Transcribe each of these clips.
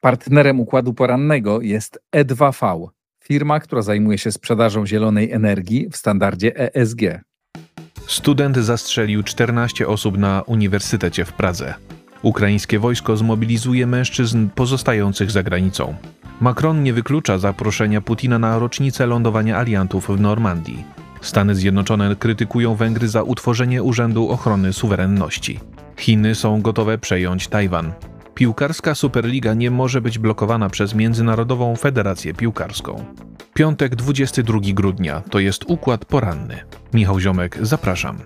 Partnerem układu porannego jest E2V, firma, która zajmuje się sprzedażą zielonej energii w standardzie ESG. Student zastrzelił 14 osób na uniwersytecie w Pradze. Ukraińskie wojsko zmobilizuje mężczyzn pozostających za granicą. Macron nie wyklucza zaproszenia Putina na rocznicę lądowania aliantów w Normandii. Stany Zjednoczone krytykują Węgry za utworzenie Urzędu Ochrony Suwerenności. Chiny są gotowe przejąć Tajwan. Piłkarska Superliga nie może być blokowana przez Międzynarodową Federację Piłkarską. Piątek, 22 grudnia, to jest układ poranny. Michał Ziomek, zapraszam.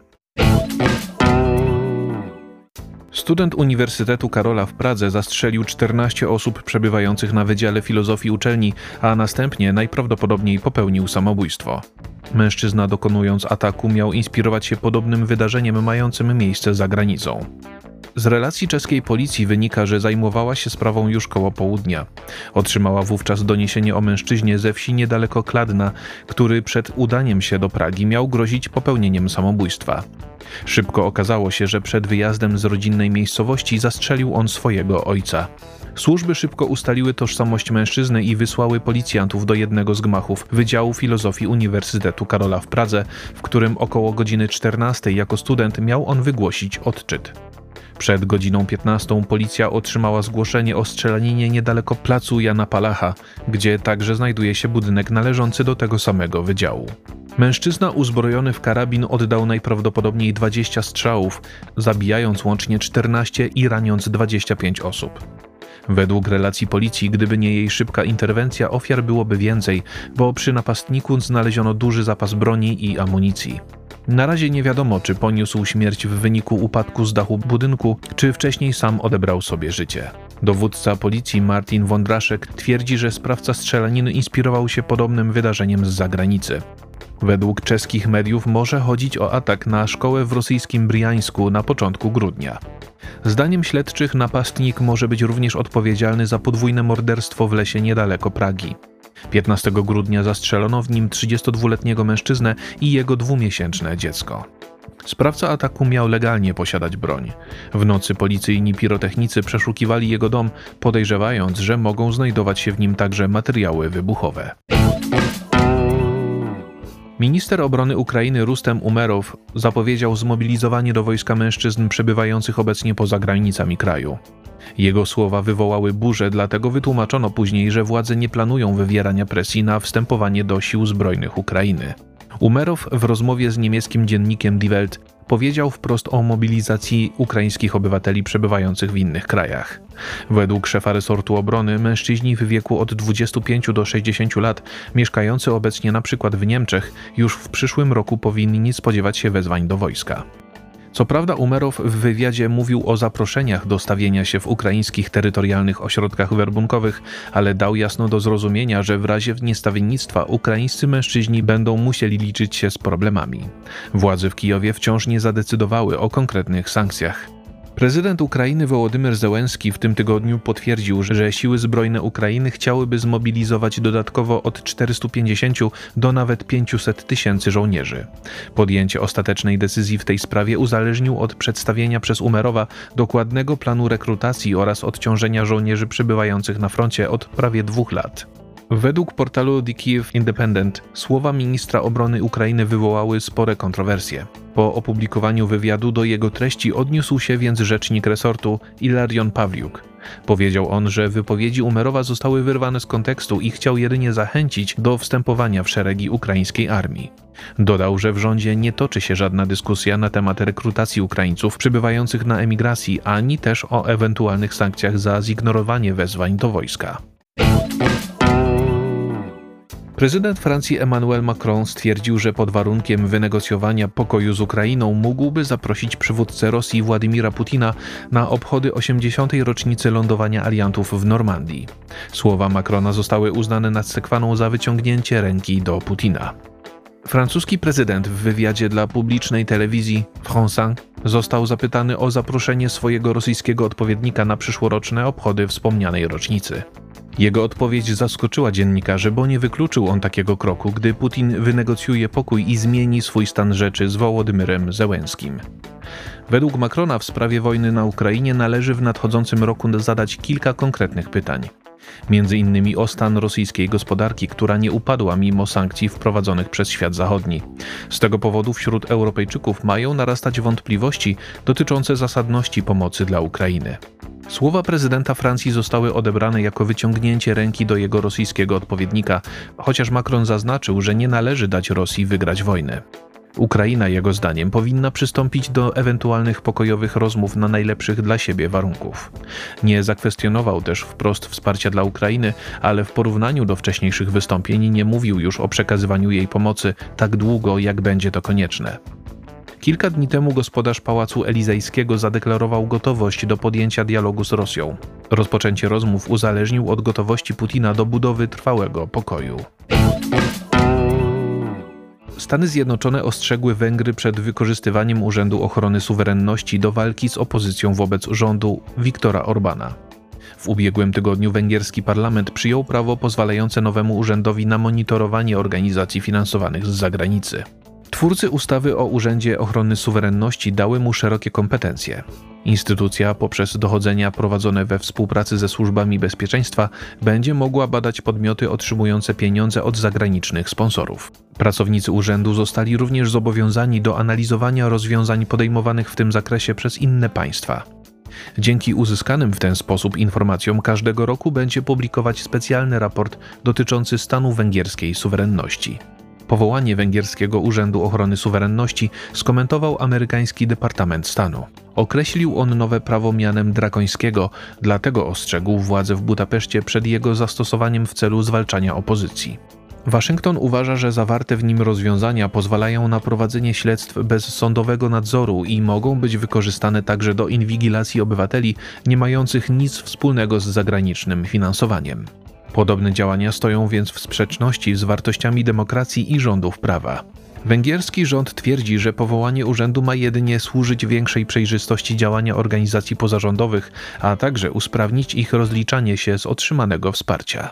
Student Uniwersytetu Karola w Pradze zastrzelił 14 osób przebywających na Wydziale Filozofii uczelni, a następnie najprawdopodobniej popełnił samobójstwo. Mężczyzna, dokonując ataku, miał inspirować się podobnym wydarzeniem mającym miejsce za granicą. Z relacji czeskiej policji wynika, że zajmowała się sprawą już koło południa. Otrzymała wówczas doniesienie o mężczyźnie ze wsi niedaleko Kladna, który przed udaniem się do Pragi miał grozić popełnieniem samobójstwa. Szybko okazało się, że przed wyjazdem z rodzinnej miejscowości zastrzelił on swojego ojca. Służby szybko ustaliły tożsamość mężczyzny i wysłały policjantów do jednego z gmachów Wydziału Filozofii Uniwersytetu Karola w Pradze, w którym około godziny 14 jako student miał on wygłosić odczyt. Przed godziną 15 policja otrzymała zgłoszenie o strzelaninie niedaleko placu Jana Palacha, gdzie także znajduje się budynek należący do tego samego wydziału. Mężczyzna uzbrojony w karabin oddał najprawdopodobniej 20 strzałów, zabijając łącznie 14 i raniąc 25 osób. Według relacji policji, gdyby nie jej szybka interwencja, ofiar byłoby więcej, bo przy napastniku znaleziono duży zapas broni i amunicji. Na razie nie wiadomo, czy poniósł śmierć w wyniku upadku z dachu budynku, czy wcześniej sam odebrał sobie życie. Dowódca policji Martin Wądraszek twierdzi, że sprawca strzelaniny inspirował się podobnym wydarzeniem z zagranicy. Według czeskich mediów może chodzić o atak na szkołę w rosyjskim Briańsku na początku grudnia. Zdaniem śledczych napastnik może być również odpowiedzialny za podwójne morderstwo w lesie niedaleko Pragi. 15 grudnia zastrzelono w nim 32-letniego mężczyznę i jego 2-miesięczne dziecko. Sprawca ataku miał legalnie posiadać broń. W nocy policyjni pirotechnicy przeszukiwali jego dom, podejrzewając, że mogą znajdować się w nim także materiały wybuchowe. Minister obrony Ukrainy Rustem Umerow zapowiedział zmobilizowanie do wojska mężczyzn przebywających obecnie poza granicami kraju. Jego słowa wywołały burzę, dlatego wytłumaczono później, że władze nie planują wywierania presji na wstępowanie do sił zbrojnych Ukrainy. Umerow w rozmowie z niemieckim dziennikiem Die Welt powiedział wprost o mobilizacji ukraińskich obywateli przebywających w innych krajach. Według szefa resortu obrony mężczyźni w wieku od 25 do 60 lat, mieszkający obecnie np. w Niemczech, już w przyszłym roku powinni spodziewać się wezwań do wojska. Co prawda Umerow w wywiadzie mówił o zaproszeniach do stawienia się w ukraińskich terytorialnych ośrodkach werbunkowych, ale dał jasno do zrozumienia, że w razie niestawiennictwa ukraińscy mężczyźni będą musieli liczyć się z problemami. Władze w Kijowie wciąż nie zadecydowały o konkretnych sankcjach. Prezydent Ukrainy Wołodymyr Zełenski w tym tygodniu potwierdził, że siły zbrojne Ukrainy chciałyby zmobilizować dodatkowo od 450 do nawet 500 tysięcy żołnierzy. Podjęcie ostatecznej decyzji w tej sprawie uzależnił od przedstawienia przez Umerowa dokładnego planu rekrutacji oraz odciążenia żołnierzy przebywających na froncie od prawie 2 lat. Według portalu The Kyiv Independent słowa ministra obrony Ukrainy wywołały spore kontrowersje. Po opublikowaniu wywiadu do jego treści odniósł się więc rzecznik resortu Ilarion Pawliuk. Powiedział on, że wypowiedzi Umerowa zostały wyrwane z kontekstu i chciał jedynie zachęcić do wstępowania w szeregi ukraińskiej armii. Dodał, że w rządzie nie toczy się żadna dyskusja na temat rekrutacji Ukraińców przybywających na emigracji, ani też o ewentualnych sankcjach za zignorowanie wezwań do wojska. Prezydent Francji Emmanuel Macron stwierdził, że pod warunkiem wynegocjowania pokoju z Ukrainą mógłby zaprosić przywódcę Rosji Władimira Putina na obchody 80. rocznicy lądowania aliantów w Normandii. Słowa Macrona zostały uznane nad sekwaną za wyciągnięcie ręki do Putina. Francuski prezydent w wywiadzie dla publicznej telewizji France został zapytany o zaproszenie swojego rosyjskiego odpowiednika na przyszłoroczne obchody wspomnianej rocznicy. Jego odpowiedź zaskoczyła dziennikarzy, bo nie wykluczył on takiego kroku, gdy Putin wynegocjuje pokój i zmieni swój stan rzeczy z Wołodymyrem Zełenskim. Według Macrona w sprawie wojny na Ukrainie należy w nadchodzącym roku zadać kilka konkretnych pytań. Między innymi o stan rosyjskiej gospodarki, która nie upadła mimo sankcji wprowadzonych przez świat zachodni. Z tego powodu wśród Europejczyków mają narastać wątpliwości dotyczące zasadności pomocy dla Ukrainy. Słowa prezydenta Francji zostały odebrane jako wyciągnięcie ręki do jego rosyjskiego odpowiednika, chociaż Macron zaznaczył, że nie należy dać Rosji wygrać wojny. Ukraina, jego zdaniem, powinna przystąpić do ewentualnych pokojowych rozmów na najlepszych dla siebie warunków. Nie zakwestionował też wprost wsparcia dla Ukrainy, ale w porównaniu do wcześniejszych wystąpień nie mówił już o przekazywaniu jej pomocy tak długo, jak będzie to konieczne. Kilka dni temu gospodarz Pałacu Elizejskiego zadeklarował gotowość do podjęcia dialogu z Rosją. Rozpoczęcie rozmów uzależnił od gotowości Putina do budowy trwałego pokoju. Stany Zjednoczone ostrzegły Węgry przed wykorzystywaniem Urzędu Ochrony Suwerenności do walki z opozycją wobec rządu Viktora Orbana. W ubiegłym tygodniu węgierski parlament przyjął prawo pozwalające nowemu urzędowi na monitorowanie organizacji finansowanych z zagranicy. Twórcy ustawy o Urzędzie Ochrony Suwerenności dały mu szerokie kompetencje. Instytucja poprzez dochodzenia prowadzone we współpracy ze służbami bezpieczeństwa będzie mogła badać podmioty otrzymujące pieniądze od zagranicznych sponsorów. Pracownicy urzędu zostali również zobowiązani do analizowania rozwiązań podejmowanych w tym zakresie przez inne państwa. Dzięki uzyskanym w ten sposób informacjom każdego roku będzie publikować specjalny raport dotyczący stanu węgierskiej suwerenności. Powołanie węgierskiego Urzędu Ochrony Suwerenności skomentował amerykański Departament Stanu. Określił on nowe prawo mianem drakońskiego, dlatego ostrzegł władze w Budapeszcie przed jego zastosowaniem w celu zwalczania opozycji. Waszyngton uważa, że zawarte w nim rozwiązania pozwalają na prowadzenie śledztw bez sądowego nadzoru i mogą być wykorzystane także do inwigilacji obywateli nie mających nic wspólnego z zagranicznym finansowaniem. Podobne działania stoją więc w sprzeczności z wartościami demokracji i rządów prawa. Węgierski rząd twierdzi, że powołanie urzędu ma jedynie służyć większej przejrzystości działania organizacji pozarządowych, a także usprawnić ich rozliczanie się z otrzymanego wsparcia.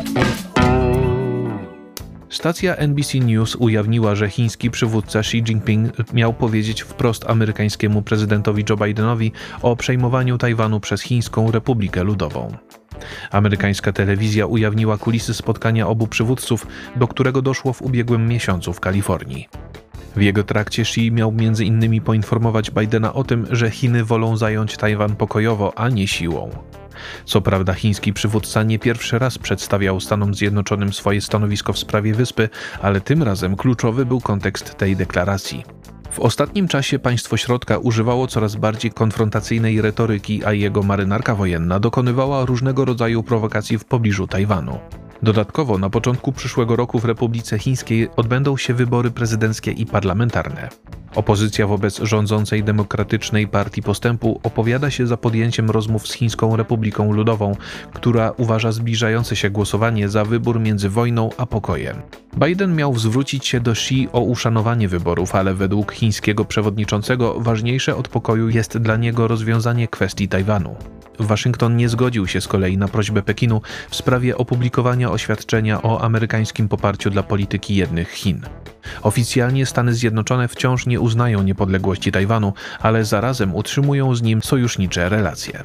Stacja NBC News ujawniła, że chiński przywódca Xi Jinping miał powiedzieć wprost amerykańskiemu prezydentowi Joe Bidenowi o przejmowaniu Tajwanu przez Chińską Republikę Ludową. Amerykańska telewizja ujawniła kulisy spotkania obu przywódców, do którego doszło w ubiegłym miesiącu w Kalifornii. W jego trakcie Xi miał m.in. poinformować Bidena o tym, że Chiny wolą zająć Tajwan pokojowo, a nie siłą. Co prawda chiński przywódca nie pierwszy raz przedstawiał Stanom Zjednoczonym swoje stanowisko w sprawie wyspy, ale tym razem kluczowy był kontekst tej deklaracji. W ostatnim czasie państwo środka używało coraz bardziej konfrontacyjnej retoryki, a jego marynarka wojenna dokonywała różnego rodzaju prowokacji w pobliżu Tajwanu. Dodatkowo na początku przyszłego roku w Republice Chińskiej odbędą się wybory prezydenckie i parlamentarne. Opozycja wobec rządzącej Demokratycznej Partii Postępu opowiada się za podjęciem rozmów z Chińską Republiką Ludową, która uważa zbliżające się głosowanie za wybór między wojną a pokojem. Biden miał zwrócić się do Xi o uszanowanie wyborów, ale według chińskiego przewodniczącego ważniejsze od pokoju jest dla niego rozwiązanie kwestii Tajwanu. Waszyngton nie zgodził się z kolei na prośbę Pekinu w sprawie opublikowania oświadczenia o amerykańskim poparciu dla polityki jednych Chin. Oficjalnie Stany Zjednoczone wciąż nie uznają niepodległości Tajwanu, ale zarazem utrzymują z nim sojusznicze relacje.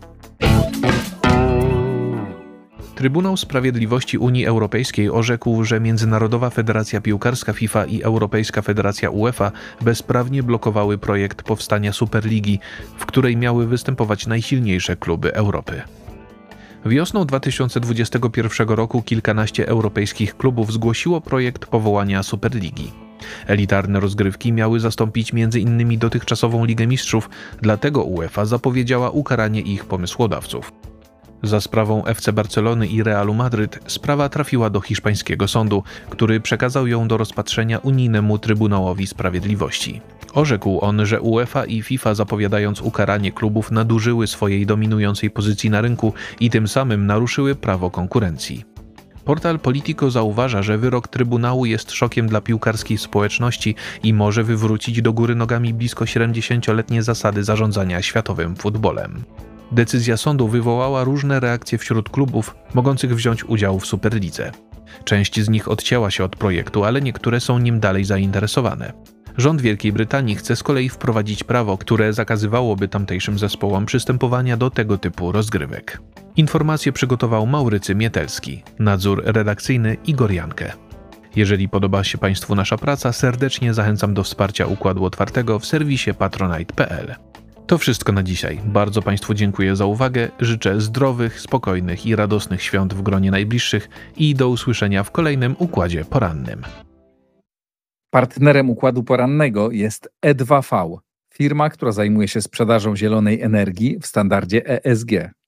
Trybunał Sprawiedliwości Unii Europejskiej orzekł, że Międzynarodowa Federacja Piłkarska FIFA i Europejska Federacja UEFA bezprawnie blokowały projekt powstania Superligi, w której miały występować najsilniejsze kluby Europy. Wiosną 2021 roku kilkanaście europejskich klubów zgłosiło projekt powołania Superligi. Elitarne rozgrywki miały zastąpić m.in. dotychczasową Ligę Mistrzów, dlatego UEFA zapowiedziała ukaranie ich pomysłodawców. Za sprawą FC Barcelony i Realu Madryt sprawa trafiła do hiszpańskiego sądu, który przekazał ją do rozpatrzenia unijnemu Trybunałowi Sprawiedliwości. Orzekł on, że UEFA i FIFA, zapowiadając ukaranie klubów, nadużyły swojej dominującej pozycji na rynku i tym samym naruszyły prawo konkurencji. Portal Politico zauważa, że wyrok Trybunału jest szokiem dla piłkarskiej społeczności i może wywrócić do góry nogami blisko 70-letnie zasady zarządzania światowym futbolem. Decyzja sądu wywołała różne reakcje wśród klubów mogących wziąć udział w Superlidze. Część z nich odcięła się od projektu, ale niektóre są nim dalej zainteresowane. Rząd Wielkiej Brytanii chce z kolei wprowadzić prawo, które zakazywałoby tamtejszym zespołom przystępowania do tego typu rozgrywek. Informacje przygotował Maurycy Mietelski, nadzór redakcyjny Igor Jankę. Jeżeli podoba się Państwu nasza praca, serdecznie zachęcam do wsparcia Układu Otwartego w serwisie patronite.pl. To wszystko na dzisiaj. Bardzo Państwu dziękuję za uwagę, życzę zdrowych, spokojnych i radosnych świąt w gronie najbliższych i do usłyszenia w kolejnym Układzie Porannym. Partnerem Układu Porannego jest E2V, firma, która zajmuje się sprzedażą zielonej energii w standardzie ESG.